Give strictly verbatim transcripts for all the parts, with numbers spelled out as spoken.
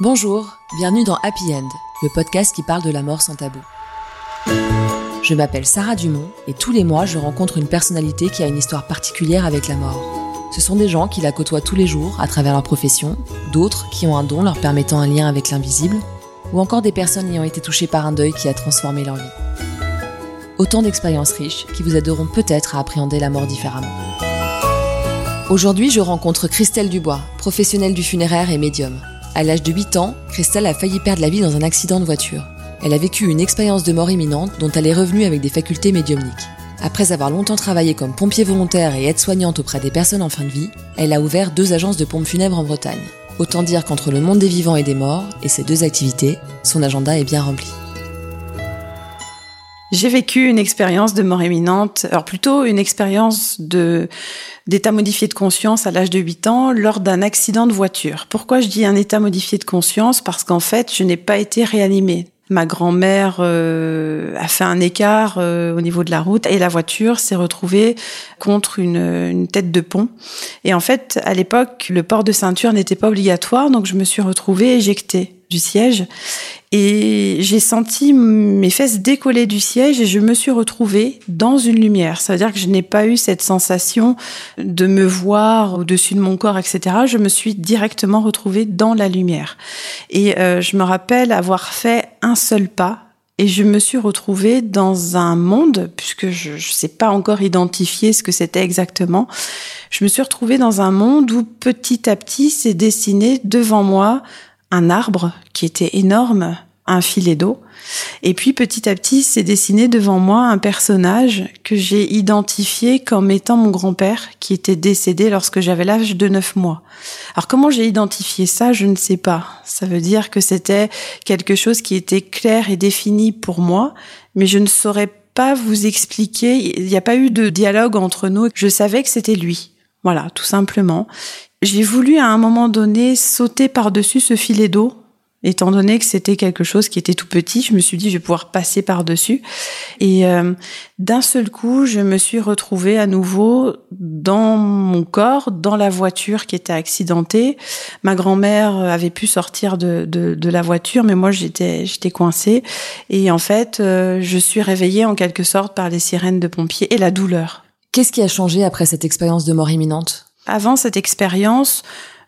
Bonjour, bienvenue dans Happy End, le podcast qui parle de la mort sans tabou. Je m'appelle Sarah Dumont et tous les mois je rencontre une personnalité qui a une histoire particulière avec la mort. Ce sont des gens qui la côtoient tous les jours à travers leur profession, d'autres qui ont un don leur permettant un lien avec l'invisible, ou encore des personnes ayant été touchées par un deuil qui a transformé leur vie. Autant d'expériences riches qui vous aideront peut-être à appréhender la mort différemment. Aujourd'hui, je rencontre Christelle Dubois, professionnelle du funéraire et médium. À l'âge de huit ans, Christelle a failli perdre la vie dans un accident de voiture. Elle a vécu une expérience de mort imminente dont elle est revenue avec des facultés médiumniques. Après avoir longtemps travaillé comme pompier volontaire et aide-soignante auprès des personnes en fin de vie, elle a ouvert deux agences de pompes funèbres en Bretagne. Autant dire qu'entre le monde des vivants et des morts, et ces deux activités, son agenda est bien rempli. J'ai vécu une expérience de mort imminente, alors plutôt une expérience de d'état modifié de conscience à l'âge de huit ans lors d'un accident de voiture. Pourquoi je dis un état modifié de conscience ? Parce qu'en fait, je n'ai pas été réanimée. Ma grand-mère euh, a fait un écart euh, au niveau de la route et la voiture s'est retrouvée contre une, une tête de pont. Et en fait, à l'époque, le port de ceinture n'était pas obligatoire, donc je me suis retrouvée éjectée du siège et j'ai senti mes fesses décoller du siège et je me suis retrouvée dans une lumière. Ça veut dire que je n'ai pas eu cette sensation de me voir au-dessus de mon corps, et cetera. Je me suis directement retrouvée dans la lumière. Et euh, je me rappelle avoir fait un seul pas et je me suis retrouvée dans un monde, puisque je ne sais pas encore identifier ce que c'était exactement, je me suis retrouvée dans un monde où petit à petit s'est dessiné devant moi un arbre qui était énorme, un filet d'eau. Et puis petit à petit s'est dessiné devant moi un personnage que j'ai identifié comme étant mon grand-père qui était décédé lorsque j'avais l'âge de neuf mois. Alors comment j'ai identifié ça, je ne sais pas. Ça veut dire que c'était quelque chose qui était clair et défini pour moi, mais je ne saurais pas vous expliquer. Il n'y a pas eu de dialogue entre nous. Je savais que c'était lui. Voilà, tout simplement. J'ai voulu à un moment donné sauter par-dessus ce filet d'eau, étant donné que c'était quelque chose qui était tout petit. Je me suis dit, je vais pouvoir passer par-dessus. Et euh, d'un seul coup, je me suis retrouvée à nouveau dans mon corps, dans la voiture qui était accidentée. Ma grand-mère avait pu sortir de, de, de la voiture, mais moi, j'étais, j'étais coincée. Et en fait, euh, je suis réveillée en quelque sorte par les sirènes de pompiers et la douleur. Qu'est-ce qui a changé après cette expérience de mort imminente ? Avant cette expérience,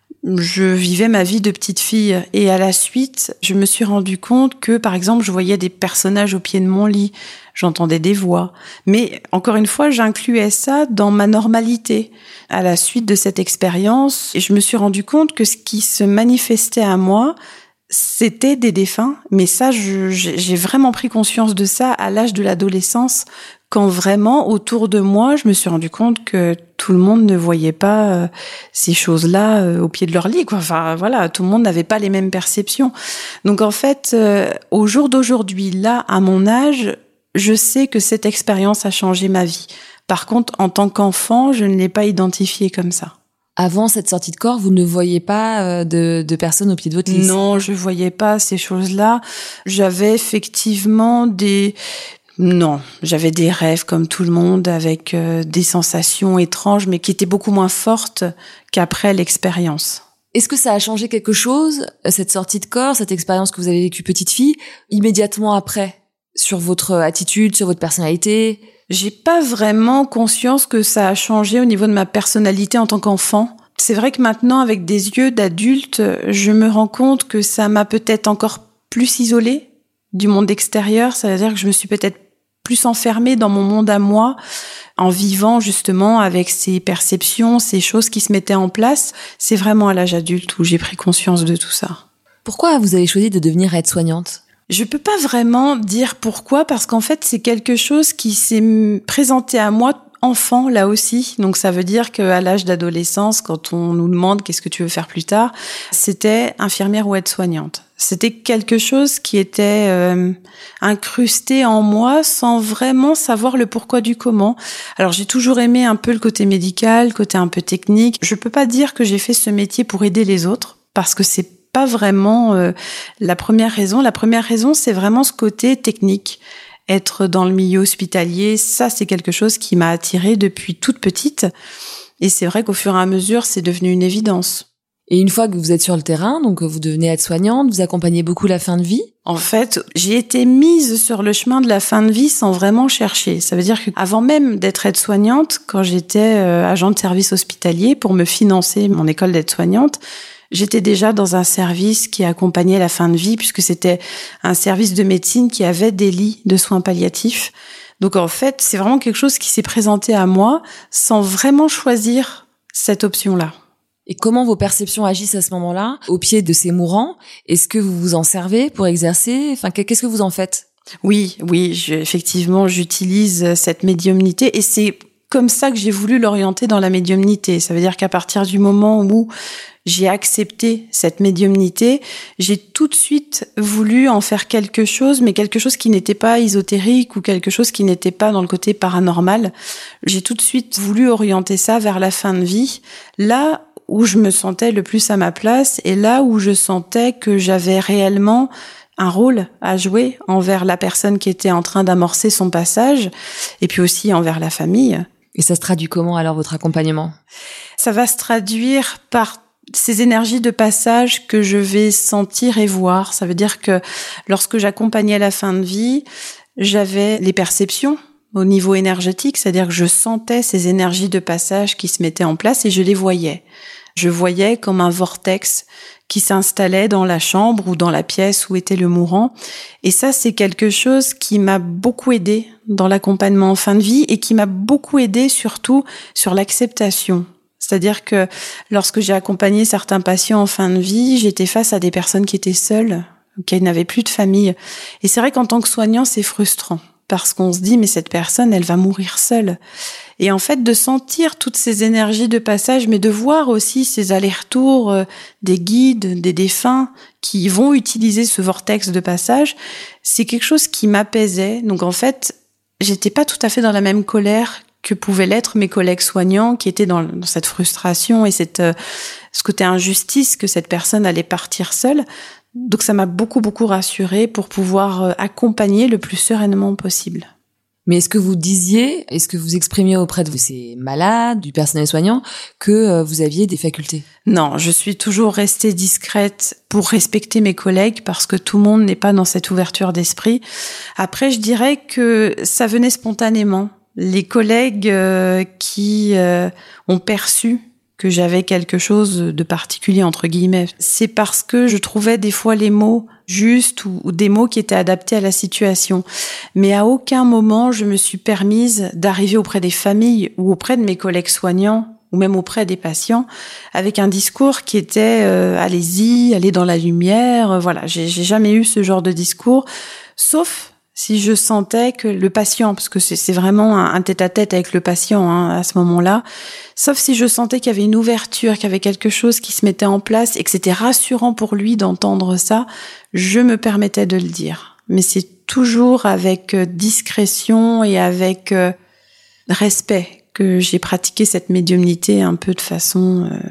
je vivais ma vie de petite fille et à la suite, je me suis rendu compte que, par exemple, je voyais des personnages au pied de mon lit, j'entendais des voix. Mais encore une fois, j'incluais ça dans ma normalité. À la suite de cette expérience, je me suis rendu compte que ce qui se manifestait à moi, c'était des défunts. Mais ça, je, j'ai vraiment pris conscience de ça à l'âge de l'adolescence, quand vraiment, autour de moi, je me suis rendu compte que tout le monde ne voyait pas euh, ces choses-là euh, au pied de leur lit, quoi. Enfin, voilà, tout le monde n'avait pas les mêmes perceptions. Donc, en fait, euh, au jour d'aujourd'hui, là, à mon âge, je sais que cette expérience a changé ma vie. Par contre, en tant qu'enfant, je ne l'ai pas identifiée comme ça. Avant cette sortie de corps, vous ne voyiez pas euh, de, de personnes au pied de votre lit ? Non, je voyais pas ces choses-là. J'avais effectivement des... Non, j'avais des rêves comme tout le monde avec euh, des sensations étranges mais qui étaient beaucoup moins fortes qu'après l'expérience. Est-ce que ça a changé quelque chose, cette sortie de corps, cette expérience que vous avez vécue petite fille, immédiatement après, sur votre attitude, sur votre personnalité ? J'ai pas vraiment conscience que ça a changé au niveau de ma personnalité en tant qu'enfant. C'est vrai que maintenant, avec des yeux d'adulte, je me rends compte que ça m'a peut-être encore plus isolée du monde extérieur. Ça veut dire que je me suis peut-être plus enfermée dans mon monde à moi, en vivant justement avec ces perceptions, ces choses qui se mettaient en place. C'est vraiment à l'âge adulte où j'ai pris conscience de tout ça. Pourquoi vous avez choisi de devenir aide-soignante ? Je peux pas vraiment dire pourquoi, parce qu'en fait, c'est quelque chose qui s'est présenté à moi enfant, là aussi. Donc, ça veut dire qu'à l'âge d'adolescence, quand on nous demande qu'est-ce que tu veux faire plus tard, c'était infirmière ou aide-soignante. C'était quelque chose qui était euh, incrusté en moi sans vraiment savoir le pourquoi du comment. Alors, j'ai toujours aimé un peu le côté médical, le côté un peu technique. Je peux pas dire que j'ai fait ce métier pour aider les autres, parce que c'est pas vraiment euh, la première raison. La première raison, c'est vraiment ce côté technique. Être dans le milieu hospitalier, ça, c'est quelque chose qui m'a attirée depuis toute petite. Et c'est vrai qu'au fur et à mesure, c'est devenu une évidence. Et une fois que vous êtes sur le terrain, donc vous devenez aide-soignante, vous accompagnez beaucoup la fin de vie. En fait, j'ai été mise sur le chemin de la fin de vie sans vraiment chercher. Ça veut dire qu'avant même d'être aide-soignante, quand j'étais euh, agent de service hospitalier pour me financer mon école d'aide-soignante, j'étais déjà dans un service qui accompagnait la fin de vie puisque c'était un service de médecine qui avait des lits de soins palliatifs. Donc en fait, c'est vraiment quelque chose qui s'est présenté à moi sans vraiment choisir cette option-là. Et comment vos perceptions agissent à ce moment-là, au pied de ces mourants? Est-ce que vous vous en servez pour exercer? Enfin, qu'est-ce que vous en faites? Oui, oui, je, effectivement, j'utilise cette médiumnité et c'est comme ça que j'ai voulu l'orienter dans la médiumnité. Ça veut dire qu'à partir du moment où j'ai accepté cette médiumnité, j'ai tout de suite voulu en faire quelque chose, mais quelque chose qui n'était pas ésotérique ou quelque chose qui n'était pas dans le côté paranormal. J'ai tout de suite voulu orienter ça vers la fin de vie, là où je me sentais le plus à ma place et là où je sentais que j'avais réellement un rôle à jouer envers la personne qui était en train d'amorcer son passage et puis aussi envers la famille. Et ça se traduit comment alors votre accompagnement? Ça va se traduire par ces énergies de passage que je vais sentir et voir. Ça veut dire que lorsque j'accompagnais la fin de vie, j'avais les perceptions au niveau énergétique, c'est-à-dire que je sentais ces énergies de passage qui se mettaient en place et je les voyais. Je voyais comme un vortex qui s'installait dans la chambre ou dans la pièce où était le mourant. Et ça, c'est quelque chose qui m'a beaucoup aidé dans l'accompagnement en fin de vie et qui m'a beaucoup aidé surtout sur l'acceptation. C'est-à-dire que lorsque j'ai accompagné certains patients en fin de vie, j'étais face à des personnes qui étaient seules, qui n'avaient plus de famille. Et c'est vrai qu'en tant que soignant, c'est frustrant. Parce qu'on se dit, mais cette personne, elle va mourir seule. Et en fait, de sentir toutes ces énergies de passage, mais de voir aussi ces allers-retours euh, des guides, des défunts qui vont utiliser ce vortex de passage, c'est quelque chose qui m'apaisait. Donc en fait, j'étais pas tout à fait dans la même colère que pouvaient l'être mes collègues soignants qui étaient dans, dans cette frustration et cette, euh, ce côté injustice que cette personne allait partir seule. Donc ça m'a beaucoup, beaucoup rassurée pour pouvoir accompagner le plus sereinement possible. Mais est-ce que vous disiez, est-ce que vous exprimiez auprès de ces malades, du personnel soignant, que vous aviez des facultés? Non, je suis toujours restée discrète pour respecter mes collègues parce que tout le monde n'est pas dans cette ouverture d'esprit. Après, je dirais que ça venait spontanément. Les collègues euh, qui euh, ont perçu que j'avais quelque chose de particulier, entre guillemets, c'est parce que je trouvais des fois les mots justes ou, ou des mots qui étaient adaptés à la situation. Mais à aucun moment, je me suis permise d'arriver auprès des familles ou auprès de mes collègues soignants ou même auprès des patients avec un discours qui était euh, « allez-y, allez dans la lumière euh, ». Voilà, j'ai, j'ai jamais eu ce genre de discours, sauf si je sentais que le patient, parce que c'est, c'est vraiment un, un tête-à-tête avec le patient hein, à ce moment-là, sauf si je sentais qu'il y avait une ouverture, qu'il y avait quelque chose qui se mettait en place et que c'était rassurant pour lui d'entendre ça, je me permettais de le dire. Mais c'est toujours avec discrétion et avec euh, respect que j'ai pratiqué cette médiumnité un peu de façon euh,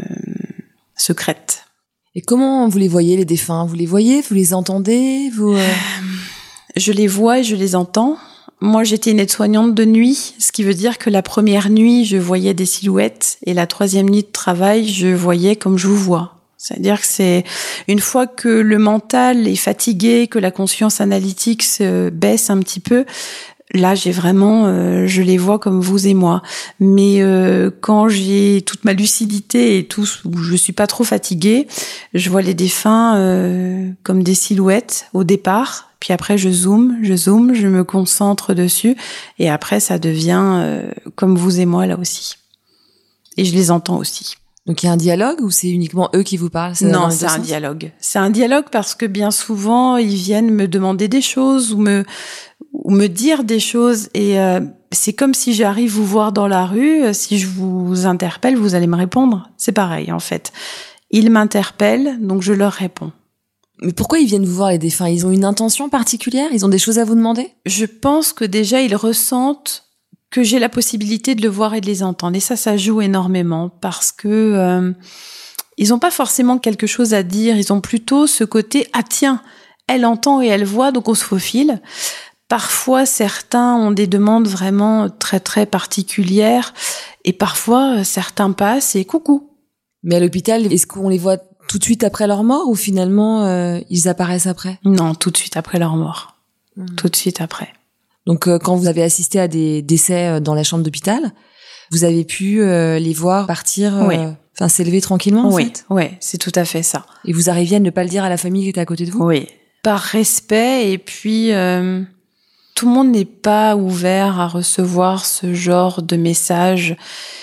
secrète. Et comment vous les voyez, les défunts? Vous les voyez? Vous les entendez? Vous euh... Je les vois et je les entends. Moi, j'étais une aide-soignante de nuit, ce qui veut dire que la première nuit, je voyais des silhouettes et la troisième nuit de travail, je voyais comme je vous vois. C'est-à-dire que c'est une fois que le mental est fatigué, que la conscience analytique se baisse un petit peu, là, j'ai vraiment, euh, je les vois comme vous et moi. Mais euh, quand j'ai toute ma lucidité et tout, où je suis pas trop fatiguée, je vois les défunts euh, comme des silhouettes au départ. Puis après, je zoome, je zoome, je me concentre dessus. Et après, ça devient euh, comme vous et moi, là aussi. Et je les entends aussi. Donc, il y a un dialogue ou c'est uniquement eux qui vous parlent? C'est non, c'est un sens dialogue. C'est un dialogue parce que bien souvent, ils viennent me demander des choses ou me, ou me dire des choses. Et euh, c'est comme si j'arrive vous voir dans la rue. Si je vous interpelle, vous allez me répondre. C'est pareil, en fait. Ils m'interpellent, donc je leur réponds. Mais pourquoi ils viennent vous voir, les défunts? Ils ont une intention particulière? Ils ont des choses à vous demander? Je pense que déjà, ils ressentent que j'ai la possibilité de le voir et de les entendre. Et ça, ça joue énormément parce que euh, ils n'ont pas forcément quelque chose à dire. Ils ont plutôt ce côté « Ah tiens, elle entend et elle voit, donc on se faufile ». Parfois, certains ont des demandes vraiment très, très particulières. Et parfois, certains passent et « Coucou ». Mais à l'hôpital, est-ce qu'on les voit tout de suite après leur mort ou finalement euh, ils apparaissent après? Non, tout de suite après leur mort. Mmh. Tout de suite après. Donc euh, quand vous avez assisté à des décès dans la chambre d'hôpital, vous avez pu euh, les voir partir, euh, oui. enfin s'élever tranquillement en oui. fait? Oui, c'est tout à fait ça. Et vous arriviez à ne pas le dire à la famille qui était à côté de vous? Oui, par respect et puis euh, tout le monde n'est pas ouvert à recevoir ce genre de message.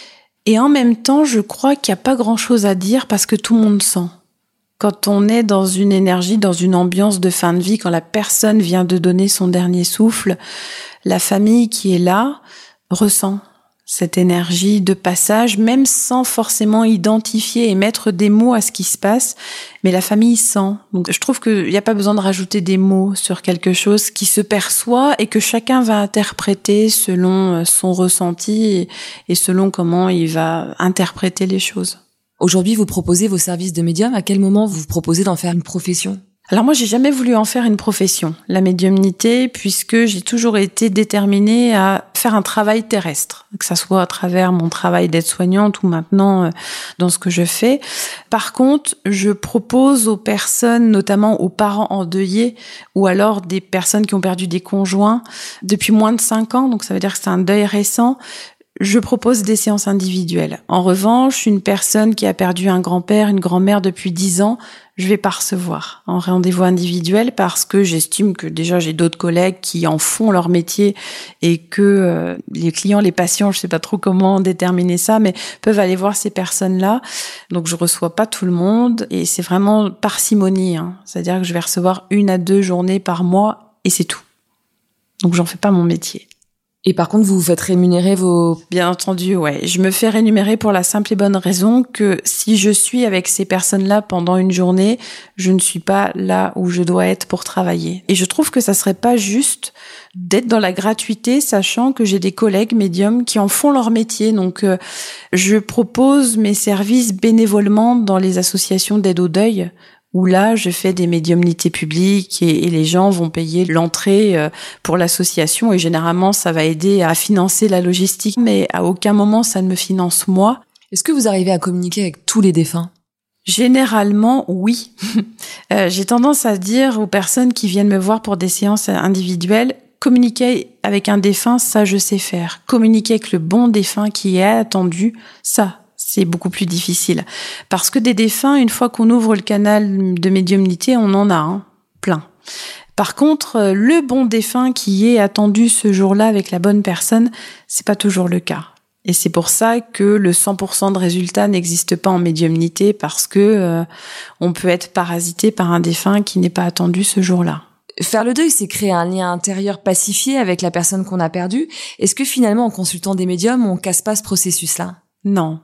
Et en même temps, je crois qu'il n'y a pas grand-chose à dire parce que tout le monde sent. Quand on est dans une énergie, dans une ambiance de fin de vie, quand la personne vient de donner son dernier souffle, la famille qui est là ressent cette énergie de passage, même sans forcément identifier et mettre des mots à ce qui se passe, mais la famille sent. Donc je trouve qu'il n'y a pas besoin de rajouter des mots sur quelque chose qui se perçoit et que chacun va interpréter selon son ressenti et selon comment il va interpréter les choses. Aujourd'hui, vous proposez vos services de médium. À quel moment vous vous proposez d'en faire une profession ? Alors moi, j'ai jamais voulu en faire une profession, la médiumnité, puisque j'ai toujours été déterminée à faire un travail terrestre, que ça soit à travers mon travail d'aide-soignante ou maintenant euh, dans ce que je fais. Par contre, je propose aux personnes, notamment aux parents endeuillés, ou alors des personnes qui ont perdu des conjoints depuis moins de cinq ans, donc ça veut dire que c'est un deuil récent, je propose des séances individuelles. En revanche, une personne qui a perdu un grand-père, une grand-mère depuis dix ans, je vais pas recevoir en rendez-vous individuel parce que j'estime que déjà j'ai d'autres collègues qui en font leur métier et que euh, les clients, les patients, je sais pas trop comment déterminer ça, mais peuvent aller voir ces personnes-là. Donc je reçois pas tout le monde et c'est vraiment parcimonie, hein. C'est-à-dire que je vais recevoir une à deux journées par mois et c'est tout. Donc j'en fais pas mon métier. Et par contre, vous vous faites rémunérer vos... Bien entendu, ouais. Je me fais rémunérer pour la simple et bonne raison que si je suis avec ces personnes-là pendant une journée, je ne suis pas là où je dois être pour travailler. Et je trouve que ça serait pas juste d'être dans la gratuité, sachant que j'ai des collègues médiums qui en font leur métier. Donc, euh, je propose mes services bénévolement dans les associations d'aide au deuil, où là, je fais des médiumnités publiques et, et les gens vont payer l'entrée pour l'association et généralement, ça va aider à financer la logistique, mais à aucun moment, ça ne me finance moi. Est-ce que vous arrivez à communiquer avec tous les défunts ? Généralement, oui. euh, j'ai tendance à dire aux personnes qui viennent me voir pour des séances individuelles, communiquer avec un défunt, ça, je sais faire. Communiquer avec le bon défunt qui est attendu, ça, c'est beaucoup plus difficile. Parce que des défunts, une fois qu'on ouvre le canal de médiumnité, on en a hein, plein. Par contre, le bon défunt qui est attendu ce jour-là avec la bonne personne, c'est pas toujours le cas. Et c'est pour ça que le cent pour cent de résultats n'existe pas en médiumnité parce que euh, on peut être parasité par un défunt qui n'est pas attendu ce jour-là. Faire le deuil, c'est créer un lien intérieur pacifié avec la personne qu'on a perdue. Est-ce que finalement, en consultant des médiums, on casse pas ce processus-là ? Non.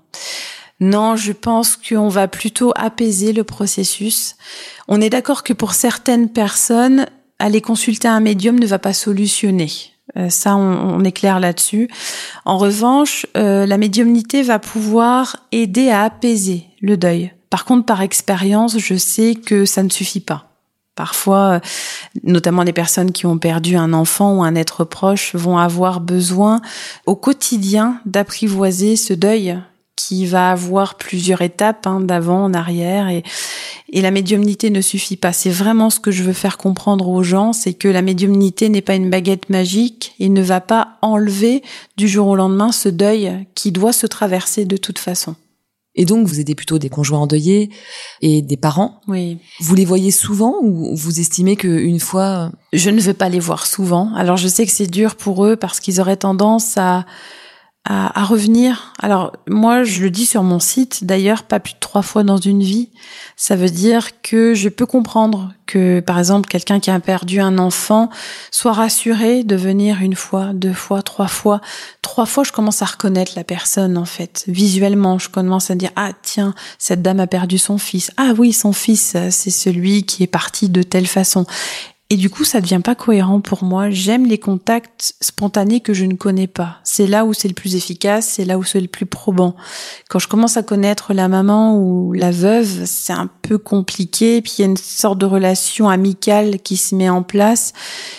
Non, je pense qu'on va plutôt apaiser le processus. On est d'accord que pour certaines personnes, aller consulter un médium ne va pas solutionner. Euh, ça, on, on est clair là-dessus. En revanche, euh, la médiumnité va pouvoir aider à apaiser le deuil. Par contre, par expérience, je sais que ça ne suffit pas. Parfois, notamment les personnes qui ont perdu un enfant ou un être proche vont avoir besoin au quotidien d'apprivoiser ce deuil qui va avoir plusieurs étapes hein, d'avant en arrière et, et la médiumnité ne suffit pas. C'est vraiment ce que je veux faire comprendre aux gens, c'est que la médiumnité n'est pas une baguette magique et ne va pas enlever du jour au lendemain ce deuil qui doit se traverser de toute façon. Et donc, vous aidez plutôt des conjoints endeuillés et des parents. Oui. Vous les voyez souvent ou vous estimez qu'une fois... Je ne vais pas les voir souvent. Alors, je sais que c'est dur pour eux parce qu'ils auraient tendance à, à, à revenir. Alors, moi, je le dis sur mon site, d'ailleurs, pas plus de trois fois dans une vie. Ça veut dire que je peux comprendre que, par exemple, quelqu'un qui a perdu un enfant soit rassuré de venir une fois, deux fois, trois fois. Trois fois, je commence à reconnaître la personne, en fait. Visuellement, je commence à dire, ah, tiens, cette dame a perdu son fils. Ah oui, son fils, c'est celui qui est parti de telle façon. Et du coup, ça devient pas cohérent pour moi. J'aime les contacts spontanés que je ne connais pas. C'est là où c'est le plus efficace, c'est là où c'est le plus probant. Quand je commence à connaître la maman ou la veuve, c'est un peu compliqué. Puis il y a une sorte de relation amicale qui se met en place.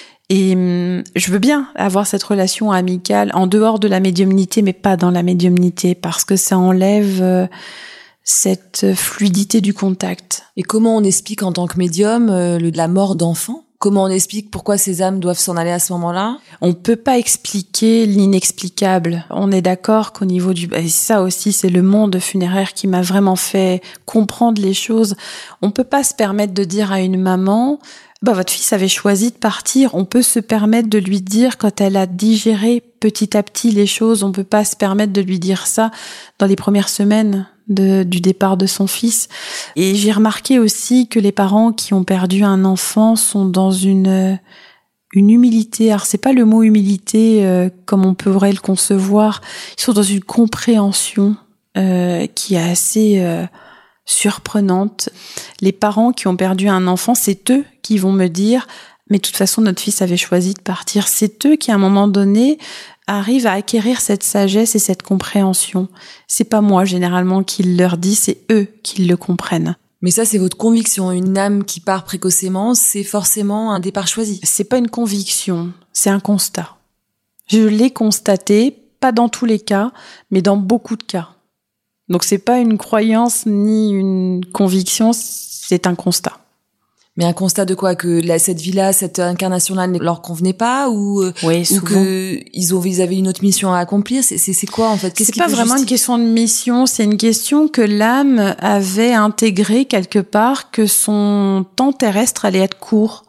Et hum, je veux bien avoir cette relation amicale en dehors de la médiumnité, mais pas dans la médiumnité, parce que ça enlève... Euh, cette fluidité du contact. Et comment on explique en tant que médium euh, le, la mort d'enfants ? Comment on explique pourquoi ces âmes doivent s'en aller à ce moment-là ? On peut pas expliquer l'inexplicable. On est d'accord qu'au niveau du... Et ça aussi, c'est le monde funéraire qui m'a vraiment fait comprendre les choses. On peut pas se permettre de dire à une maman... Bah, votre fils avait choisi de partir. On peut se permettre de lui dire quand elle a digéré petit à petit les choses. On peut pas se permettre de lui dire ça dans les premières semaines de, du départ de son fils. Et j'ai remarqué aussi que les parents qui ont perdu un enfant sont dans une, une humilité. Alors, c'est pas le mot humilité euh, comme on pourrait le concevoir. Ils sont dans une compréhension euh, qui est assez... Euh, surprenante. Les parents qui ont perdu un enfant, c'est eux qui vont me dire « mais de toute façon, notre fils avait choisi de partir ». C'est eux qui, à un moment donné, arrivent à acquérir cette sagesse et cette compréhension. C'est pas moi, généralement, qui le leur dis, c'est eux qui le comprennent. Mais ça, c'est votre conviction. Une âme qui part précocement, c'est forcément un départ choisi. C'est pas une conviction, c'est un constat. Je l'ai constaté, pas dans tous les cas, mais dans beaucoup de cas. Donc c'est pas une croyance ni une conviction, c'est un constat. Mais un constat de quoi ? Que la, cette vie-là, cette incarnation-là ne leur convenait pas, ou, oui, ou que ils, ont, ils avaient une autre mission à accomplir. C'est, c'est, c'est quoi en fait ? Qu'est-ce C'est pas vraiment justifier ? Une question de mission, c'est une question que l'âme avait intégrée quelque part, que son temps terrestre allait être court.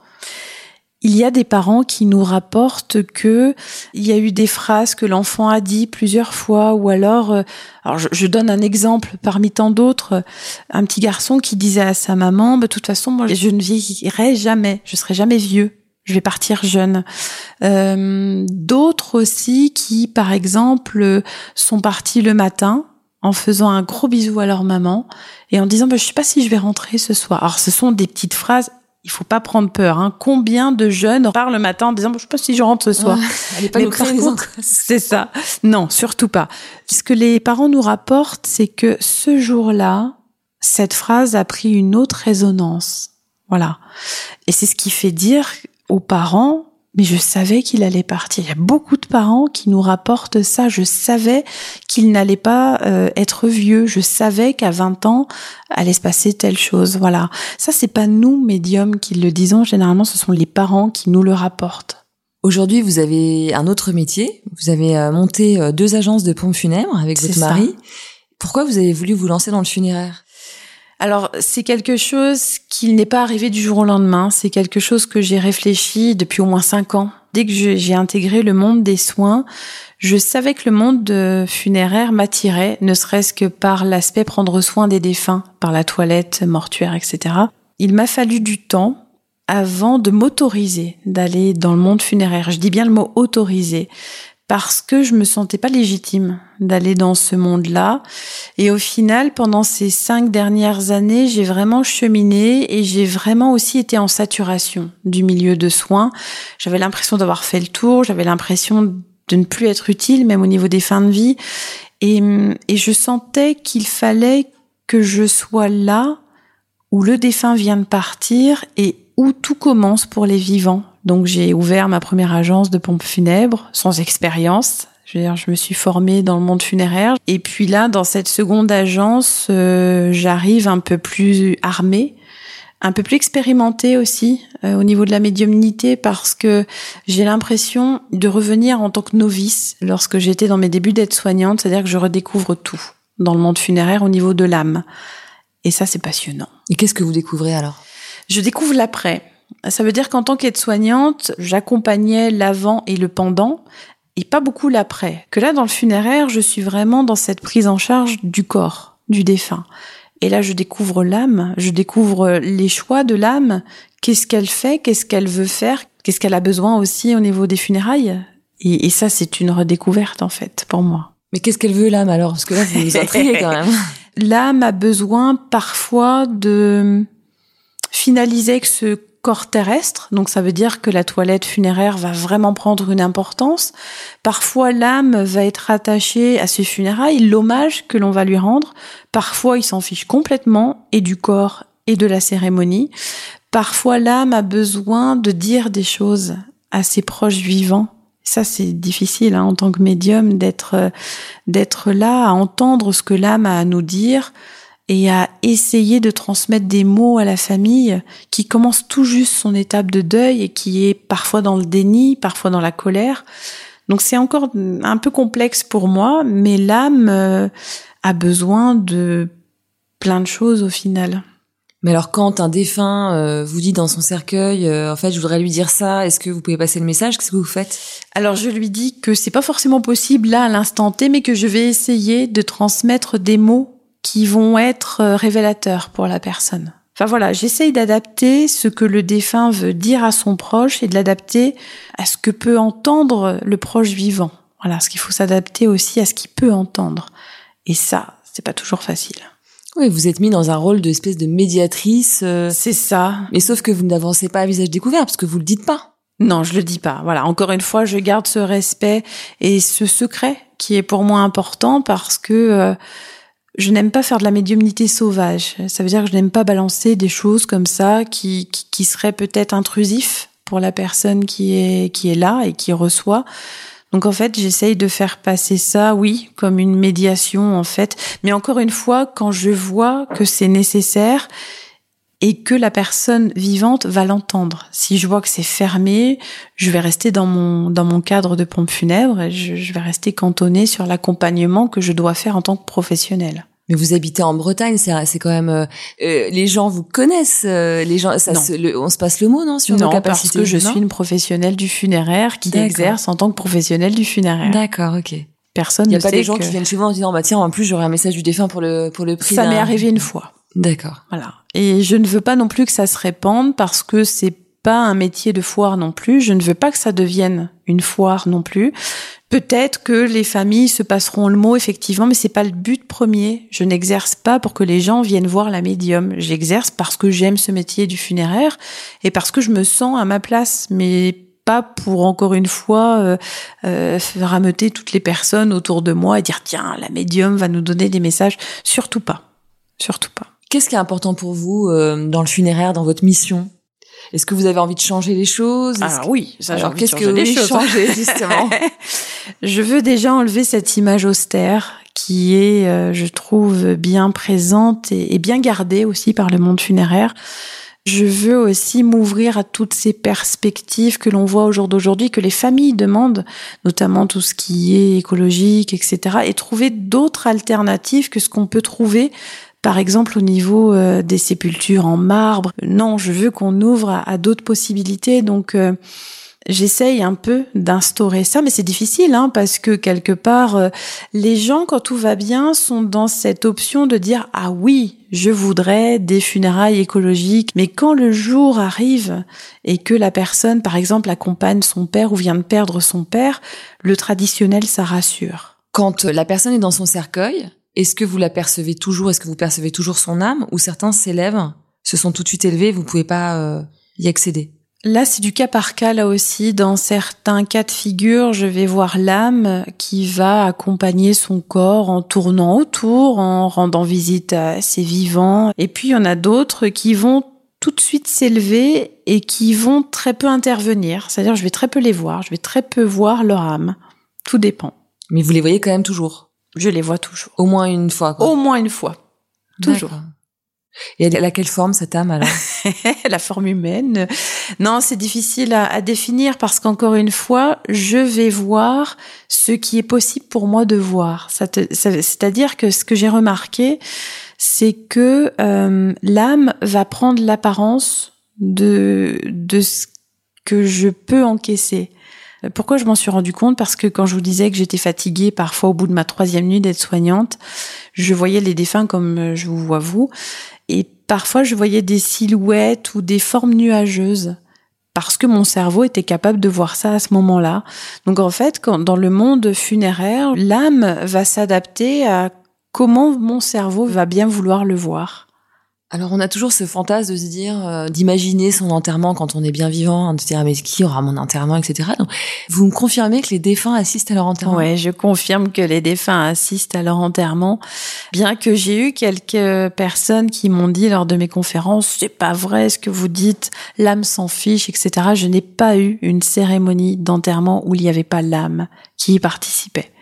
Il y a des parents qui nous rapportent que il y a eu des phrases que l'enfant a dit plusieurs fois, ou alors, euh, alors je, je donne un exemple parmi tant d'autres, un petit garçon qui disait à sa maman, bah, de toute façon, moi, je ne vieillirai jamais, je serai jamais vieux, je vais partir jeune. Euh, d'autres aussi qui, par exemple, sont partis le matin en faisant un gros bisou à leur maman et en disant, bah, je sais pas si je vais rentrer ce soir. Alors, ce sont des petites phrases. Il faut pas prendre peur. Hein. Combien de jeunes partent le matin en disant « je sais pas si je rentre ce soir ouais, ». Allez pas Mais nous créer des angoisses. C'est ça. Non, surtout pas. Ce que les parents nous rapportent, c'est que ce jour-là, cette phrase a pris une autre résonance. Voilà. Et c'est ce qui fait dire aux parents « mais je savais qu'il allait partir ». Il y a beaucoup de parents qui nous rapportent ça. Je savais qu'il n'allait pas euh, être vieux. Je savais qu'à vingt ans, allait se passer telle chose. Voilà. Ça, c'est pas nous, médiums, qui le disons. Généralement, ce sont les parents qui nous le rapportent. Aujourd'hui, vous avez un autre métier. Vous avez euh, monté euh, deux agences de pompes funèbres avec votre mari. Pourquoi vous avez voulu vous lancer dans le funéraire ? Alors, c'est quelque chose qui n'est pas arrivé du jour au lendemain. C'est quelque chose que j'ai réfléchi depuis au moins cinq ans. Dès que je, j'ai intégré le monde des soins, je savais que le monde funéraire m'attirait, ne serait-ce que par l'aspect prendre soin des défunts, par la toilette mortuaire, et cetera. Il m'a fallu du temps avant de m'autoriser d'aller dans le monde funéraire. Je dis bien le mot autoriser, parce que je me sentais pas légitime d'aller dans ce monde-là. Et au final, pendant ces cinq dernières années, j'ai vraiment cheminé et j'ai vraiment aussi été en saturation du milieu de soins. J'avais l'impression d'avoir fait le tour, j'avais l'impression de ne plus être utile, même au niveau des fins de vie. Et, et je sentais qu'il fallait que je sois là où le défunt vient de partir et où tout commence pour les vivants. Donc j'ai ouvert ma première agence de pompes funèbres, sans expérience. Je veux dire, je me suis formée dans le monde funéraire. Et puis là, dans cette seconde agence, euh, j'arrive un peu plus armée, un peu plus expérimentée aussi euh, au niveau de la médiumnité, parce que j'ai l'impression de revenir en tant que novice lorsque j'étais dans mes débuts d'aide-soignante, c'est-à-dire que je redécouvre tout dans le monde funéraire au niveau de l'âme. Et ça, c'est passionnant. Et qu'est-ce que vous découvrez alors ? Je découvre l'après. Ça veut dire qu'en tant qu'aide-soignante, j'accompagnais l'avant et le pendant, et pas beaucoup l'après. Que là, dans le funéraire, je suis vraiment dans cette prise en charge du corps, du défunt. Et là, je découvre l'âme, je découvre les choix de l'âme, qu'est-ce qu'elle fait, qu'est-ce qu'elle veut faire, qu'est-ce qu'elle a besoin aussi au niveau des funérailles. Et, et ça, c'est une redécouverte, en fait, pour moi. Mais qu'est-ce qu'elle veut, l'âme, alors ? Parce que là, vous vous intriguez quand même. L'âme a besoin, parfois, de finaliser avec ce corps terrestre, donc ça veut dire que la toilette funéraire va vraiment prendre une importance. Parfois, l'âme va être attachée à ce funérailles, l'hommage que l'on va lui rendre. Parfois, il s'en fiche complètement, et du corps et de la cérémonie. Parfois, l'âme a besoin de dire des choses à ses proches vivants. Ça, c'est difficile hein, en tant que médium d'être d'être là à entendre ce que l'âme a à nous dire et à essayer de transmettre des mots à la famille qui commence tout juste son étape de deuil et qui est parfois dans le déni, parfois dans la colère. Donc c'est encore un peu complexe pour moi, mais l'âme euh, a besoin de plein de choses au final. Mais alors quand un défunt euh, vous dit dans son cercueil, euh, en fait je voudrais lui dire ça, est-ce que vous pouvez passer le message? Qu'est-ce que vous faites? Alors je lui dis que c'est pas forcément possible là à l'instant T, mais que je vais essayer de transmettre des mots qui vont être révélateurs pour la personne. Enfin voilà, j'essaye d'adapter ce que le défunt veut dire à son proche et de l'adapter à ce que peut entendre le proche vivant. Voilà, parce qu'il faut s'adapter aussi à ce qu'il peut entendre. Et ça, c'est pas toujours facile. Oui, vous êtes mis dans un rôle d'espèce de médiatrice. Euh, c'est ça. Mais sauf que vous n'avancez pas à visage découvert parce que vous le dites pas. Non, je le dis pas. Voilà, encore une fois, je garde ce respect et ce secret qui est pour moi important parce que euh, je n'aime pas faire de la médiumnité sauvage. Ça veut dire que je n'aime pas balancer des choses comme ça qui, qui, qui seraient peut-être intrusifs pour la personne qui est, qui est là et qui reçoit. Donc en fait, j'essaye de faire passer ça, oui, comme une médiation en fait. Mais encore une fois, quand je vois que c'est nécessaire et que la personne vivante va l'entendre. Si je vois que c'est fermé, je vais rester dans mon dans mon cadre de pompe funèbre et je, je vais rester cantonnée sur l'accompagnement que je dois faire en tant que professionnelle. Mais vous habitez en Bretagne, c'est c'est quand même euh, euh, les gens vous connaissent, euh, les gens ça se, le, on se passe le mot non sur non, vos capacités. Non, parce que je non suis une professionnelle du funéraire qui D'accord. exerce en tant que professionnelle du funéraire. D'accord, OK. Personne Il y a ne pas sait des gens que... qui viennent chez vous en disant bah tiens en plus j'aurai un message du défunt pour le pour le prix. Ça d'un... m'est arrivé une fois. D'accord. Voilà. Et je ne veux pas non plus que ça se répande parce que c'est pas un métier de foire non plus. Je ne veux pas que ça devienne une foire non plus. Peut-être que les familles se passeront le mot effectivement, mais c'est pas le but premier. Je n'exerce pas pour que les gens viennent voir la médium. J'exerce parce que j'aime ce métier du funéraire et parce que je me sens à ma place, mais pas pour encore une fois euh, euh, rameuter toutes les personnes autour de moi et dire tiens la médium va nous donner des messages. Surtout pas. Surtout pas. Qu'est-ce qui est important pour vous euh, dans le funéraire, dans votre mission? Est-ce que vous avez envie de changer les choses? Ah que... oui, ça j'ai Alors, envie qu'est-ce de que changer vous les voulez choses. changer justement? Je veux déjà enlever cette image austère qui est, euh, je trouve, bien présente et, et bien gardée aussi par le monde funéraire. Je veux aussi m'ouvrir à toutes ces perspectives que l'on voit au jour d'aujourd'hui, que les familles demandent, notamment tout ce qui est écologique, et cetera, et trouver d'autres alternatives que ce qu'on peut trouver par exemple au niveau euh, des sépultures en marbre. Non, je veux qu'on ouvre à, à d'autres possibilités. Donc euh, j'essaye un peu d'instaurer ça, mais c'est difficile hein, parce que quelque part, euh, les gens, quand tout va bien, sont dans cette option de dire « Ah oui, je voudrais des funérailles écologiques ». Mais quand le jour arrive et que la personne, par exemple, accompagne son père ou vient de perdre son père, le traditionnel, ça rassure. Quand la personne est dans son cercueil, est-ce que vous la percevez toujours? Est-ce que vous percevez toujours son âme? Ou certains s'élèvent, se sont tout de suite élevés, vous pouvez pas euh, y accéder? Là, c'est du cas par cas, là aussi. Dans certains cas de figure, je vais voir l'âme qui va accompagner son corps en tournant autour, en rendant visite à ses vivants. Et puis, il y en a d'autres qui vont tout de suite s'élever et qui vont très peu intervenir. C'est-à-dire, je vais très peu les voir, je vais très peu voir leur âme. Tout dépend. Mais vous les voyez quand même toujours? Je les vois toujours. Au moins une fois, quoi. Au moins une fois. Toujours. D'accord. Et elle a quelle forme, cette âme, alors? La forme humaine. Non, c'est difficile à, à définir parce qu'encore une fois, je vais voir ce qui est possible pour moi de voir. Ça te, ça, c'est-à-dire que ce que j'ai remarqué, c'est que euh, l'âme va prendre l'apparence de, de ce que je peux encaisser. Pourquoi je m'en suis rendu compte? Parce que quand je vous disais que j'étais fatiguée, parfois au bout de ma troisième nuit d'être soignante, je voyais les défunts comme je vous vois vous, et parfois je voyais des silhouettes ou des formes nuageuses, parce que mon cerveau était capable de voir ça à ce moment-là. Donc en fait, quand, dans le monde funéraire, l'âme va s'adapter à comment mon cerveau va bien vouloir le voir. Alors on a toujours ce fantasme de se dire, euh, d'imaginer son enterrement quand on est bien vivant, de se dire mais qui aura mon enterrement, et cetera. Donc, vous me confirmez que les défunts assistent à leur enterrement? Ouais, je confirme que les défunts assistent à leur enterrement, bien que j'ai eu quelques personnes qui m'ont dit lors de mes conférences, c'est pas vrai ce que vous dites, l'âme s'en fiche, et cetera. Je n'ai pas eu une cérémonie d'enterrement où il n'y avait pas l'âme qui y participait.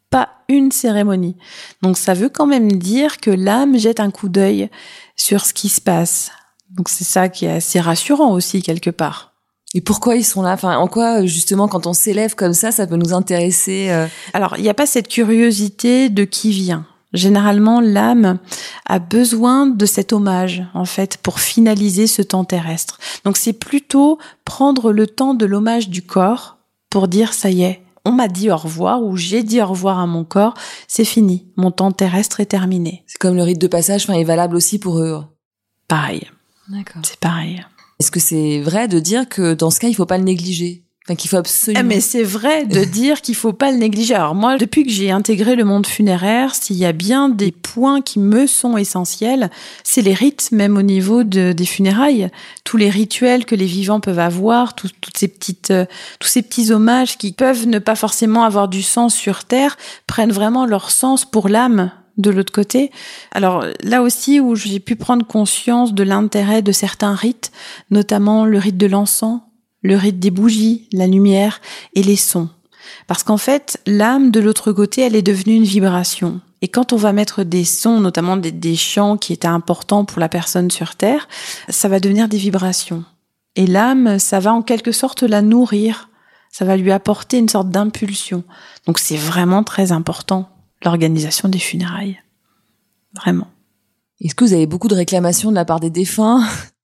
pas une cérémonie. Donc ça veut quand même dire que l'âme jette un coup d'œil sur ce qui se passe. Donc c'est ça qui est assez rassurant aussi quelque part. Et pourquoi ils sont là? Enfin, en quoi, justement, quand on s'élève comme ça, ça peut nous intéresser euh... Alors, il n'y a pas cette curiosité de qui vient. Généralement, l'âme a besoin de cet hommage, en fait, pour finaliser ce temps terrestre. Donc, c'est plutôt prendre le temps de l'hommage du corps pour dire, ça y est, on m'a dit au revoir, ou j'ai dit au revoir à mon corps, c'est fini, mon temps terrestre est terminé. C'est comme le rite de passage, enfin, est valable aussi pour eux. Pareil. D'accord. C'est pareil. Est-ce que c'est vrai de dire que dans ce cas, il faut pas le négliger? Enfin, qu'il faut absolument... Mais c'est vrai de dire qu'il faut pas le négliger. Alors moi, depuis que j'ai intégré le monde funéraire, s'il y a bien des points qui me sont essentiels, c'est les rites, même au niveau de, des funérailles. Tous les rituels que les vivants peuvent avoir, tout, toutes ces petites, euh, tous ces petits hommages qui peuvent ne pas forcément avoir du sens sur Terre, prennent vraiment leur sens pour l'âme de l'autre côté. Alors là aussi où j'ai pu prendre conscience de l'intérêt de certains rites, notamment le rite de l'encens, le rite des bougies, la lumière et les sons. Parce qu'en fait, l'âme de l'autre côté, elle est devenue une vibration. Et quand on va mettre des sons, notamment des, des chants qui étaient importants pour la personne sur Terre, ça va devenir des vibrations. Et l'âme, ça va en quelque sorte la nourrir. Ça va lui apporter une sorte d'impulsion. Donc c'est vraiment très important, l'organisation des funérailles. Vraiment. Est-ce que vous avez beaucoup de réclamations de la part des défunts?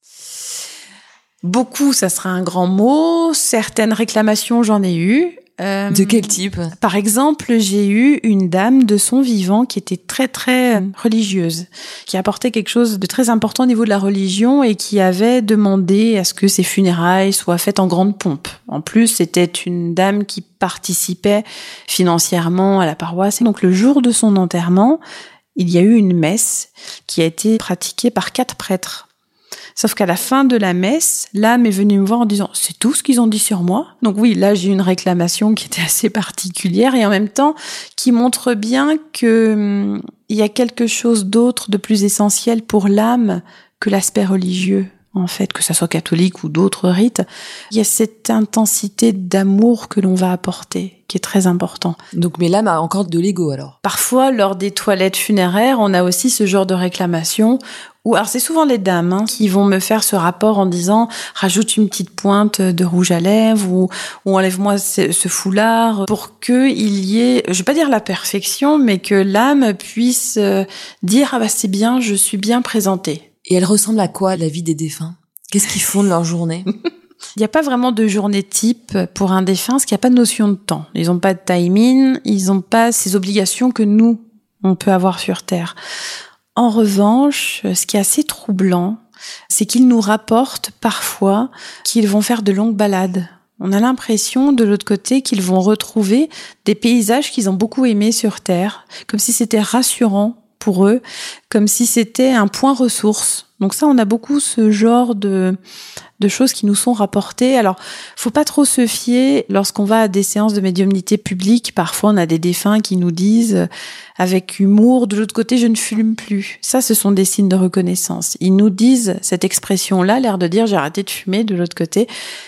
Beaucoup, ça sera un grand mot. Certaines réclamations, j'en ai eu. Euh, de quel type? Par exemple, j'ai eu une dame de son vivant qui était très très religieuse, qui apportait quelque chose de très important au niveau de la religion et qui avait demandé à ce que ses funérailles soient faites en grande pompe. En plus, c'était une dame qui participait financièrement à la paroisse. Et donc le jour de son enterrement, il y a eu une messe qui a été pratiquée par quatre prêtres. Sauf qu'à la fin de la messe, l'âme est venue me voir en disant « C'est tout ce qu'ils ont dit sur moi ?» Donc oui, là, j'ai eu une réclamation qui était assez particulière et en même temps qui montre bien que hum, il y a quelque chose d'autre, de plus essentiel pour l'âme que l'aspect religieux. En fait, que ça soit catholique ou d'autres rites, il y a cette intensité d'amour que l'on va apporter, qui est très important. Donc, mais l'âme a encore de l'ego, alors? Parfois, lors des toilettes funéraires, on a aussi ce genre de réclamation où, alors c'est souvent les dames hein, qui vont me faire ce rapport en disant « rajoute une petite pointe de rouge à lèvres » ou, ou « enlève-moi ce, ce foulard » pour qu'il y ait, je vais pas dire la perfection, mais que l'âme puisse dire « ah bah c'est bien, je suis bien présentée ». Et elle ressemble à quoi, la vie des défunts? Qu'est-ce qu'ils font de leur journée? Il n'y a pas vraiment de journée type pour un défunt, parce qu'il n'y a pas de notion de temps. Ils n'ont pas de timing, ils n'ont pas ces obligations que nous, on peut avoir sur Terre. En revanche, ce qui est assez troublant, c'est qu'ils nous rapportent parfois qu'ils vont faire de longues balades. On a l'impression, de l'autre côté, qu'ils vont retrouver des paysages qu'ils ont beaucoup aimés sur Terre, comme si c'était rassurant pour eux, comme si c'était un point ressource. Donc ça, on a beaucoup ce genre de, de choses qui nous sont rapportées. Alors, faut pas trop se fier lorsqu'on va à des séances de médiumnité publique. Parfois, on a des défunts qui nous disent, avec humour, de l'autre côté, je ne fume plus. Ça, ce sont des signes de reconnaissance. Ils nous disent cette expression-là, l'air de dire, j'ai arrêté de fumer, de l'autre côté.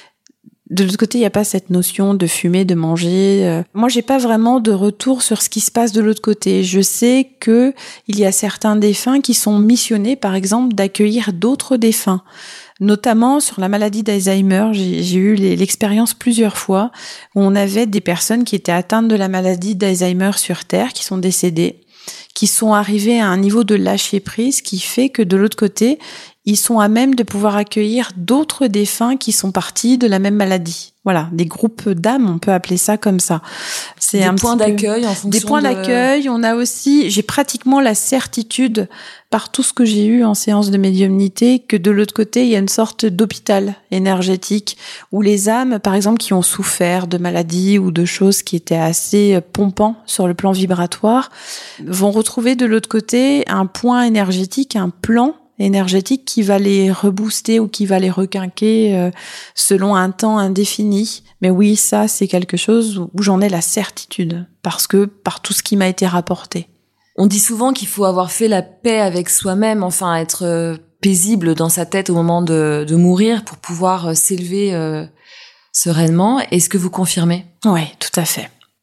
De l'autre côté, il n'y a pas cette notion de fumer, de manger. Moi, j'ai pas vraiment de retour sur ce qui se passe de l'autre côté. Je sais que il y a certains défunts qui sont missionnés, par exemple, d'accueillir d'autres défunts. Notamment sur la maladie d'Alzheimer, j'ai, j'ai eu l'expérience plusieurs fois où on avait des personnes qui étaient atteintes de la maladie d'Alzheimer sur Terre, qui sont décédées, qui sont arrivées à un niveau de lâcher prise qui fait que de l'autre côté, ils sont à même de pouvoir accueillir d'autres défunts qui sont partis de la même maladie. Voilà, des groupes d'âmes, on peut appeler ça comme ça. C'est des un points d'accueil en fonction des points de... d'accueil. On a aussi, j'ai pratiquement la certitude par tout ce que j'ai eu en séance de médiumnité que de l'autre côté, il y a une sorte d'hôpital énergétique où les âmes, par exemple, qui ont souffert de maladies ou de choses qui étaient assez pompants sur le plan vibratoire, vont retrouver de l'autre côté un point énergétique, un plan énergétique qui va les rebooster ou qui va les requinquer euh, selon un temps indéfini. Mais oui, ça, c'est quelque chose où j'en ai la certitude, parce que par tout ce qui m'a été rapporté. On dit souvent qu'il faut avoir fait la paix avec soi-même, enfin être euh, paisible dans sa tête au moment de, de mourir pour pouvoir euh, s'élever euh, sereinement. Est-ce que vous confirmez? Oui, tout à fait.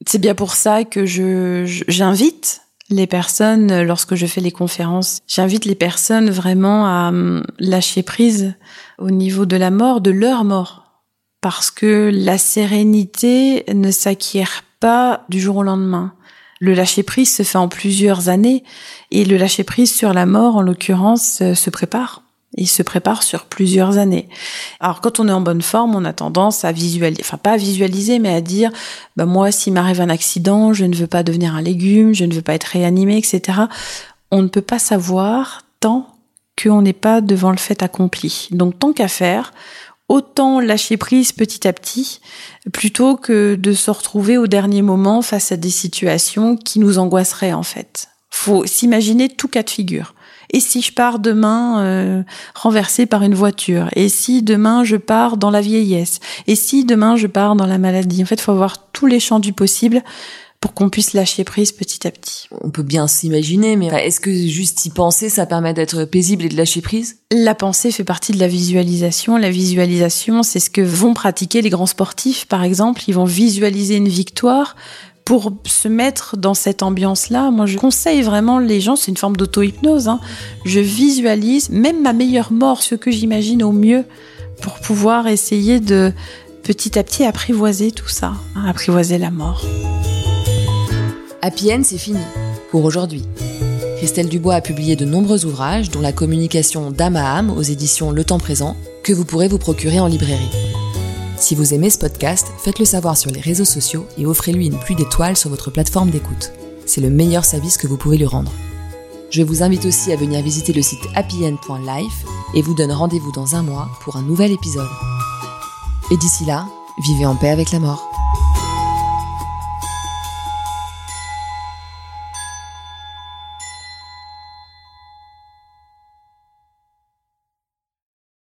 C'est bien pour ça que je, je j'invite les personnes, lorsque je fais les conférences, j'invite les personnes vraiment à lâcher prise au niveau de la mort, de leur mort. Parce que la sérénité ne s'acquiert pas du jour au lendemain. Le lâcher-prise se fait en plusieurs années et le lâcher-prise sur la mort, en l'occurrence, se prépare. Il se prépare sur plusieurs années. Alors, quand on est en bonne forme, on a tendance à visualiser, enfin pas à visualiser, mais à dire, bah moi, s'il m'arrive un accident, je ne veux pas devenir un légume, je ne veux pas être réanimé, et cetera. On ne peut pas savoir tant qu'on n'est pas devant le fait accompli. Donc, tant qu'à faire, autant lâcher prise petit à petit, plutôt que de se retrouver au dernier moment face à des situations qui nous angoisseraient, en fait. Faut s'imaginer tout cas de figure. Et si je pars demain euh, renversée par une voiture? Et si demain je pars dans la vieillesse? Et si demain je pars dans la maladie? En fait, il faut avoir tous les champs du possible pour qu'on puisse lâcher prise petit à petit. On peut bien s'imaginer, mais est-ce que juste y penser, ça permet d'être paisible et de lâcher prise? La pensée fait partie de la visualisation. La visualisation, c'est ce que vont pratiquer les grands sportifs, par exemple. Ils vont visualiser une victoire pour se mettre dans cette ambiance-là. Moi, je conseille vraiment les gens, c'est une forme d'auto-hypnose, hein. Je visualise même ma meilleure mort, ce que j'imagine au mieux, pour pouvoir essayer de, petit à petit, apprivoiser tout ça, hein, apprivoiser la mort. Happy End, c'est fini, pour aujourd'hui. Christelle Dubois a publié de nombreux ouvrages, dont la communication d'âme à âme aux éditions Le Temps Présent, que vous pourrez vous procurer en librairie. Si vous aimez ce podcast, faites-le savoir sur les réseaux sociaux et offrez-lui une pluie d'étoiles sur votre plateforme d'écoute. C'est le meilleur service que vous pouvez lui rendre. Je vous invite aussi à venir visiter le site happy end point life et vous donne rendez-vous dans un mois pour un nouvel épisode. Et d'ici là, vivez en paix avec la mort.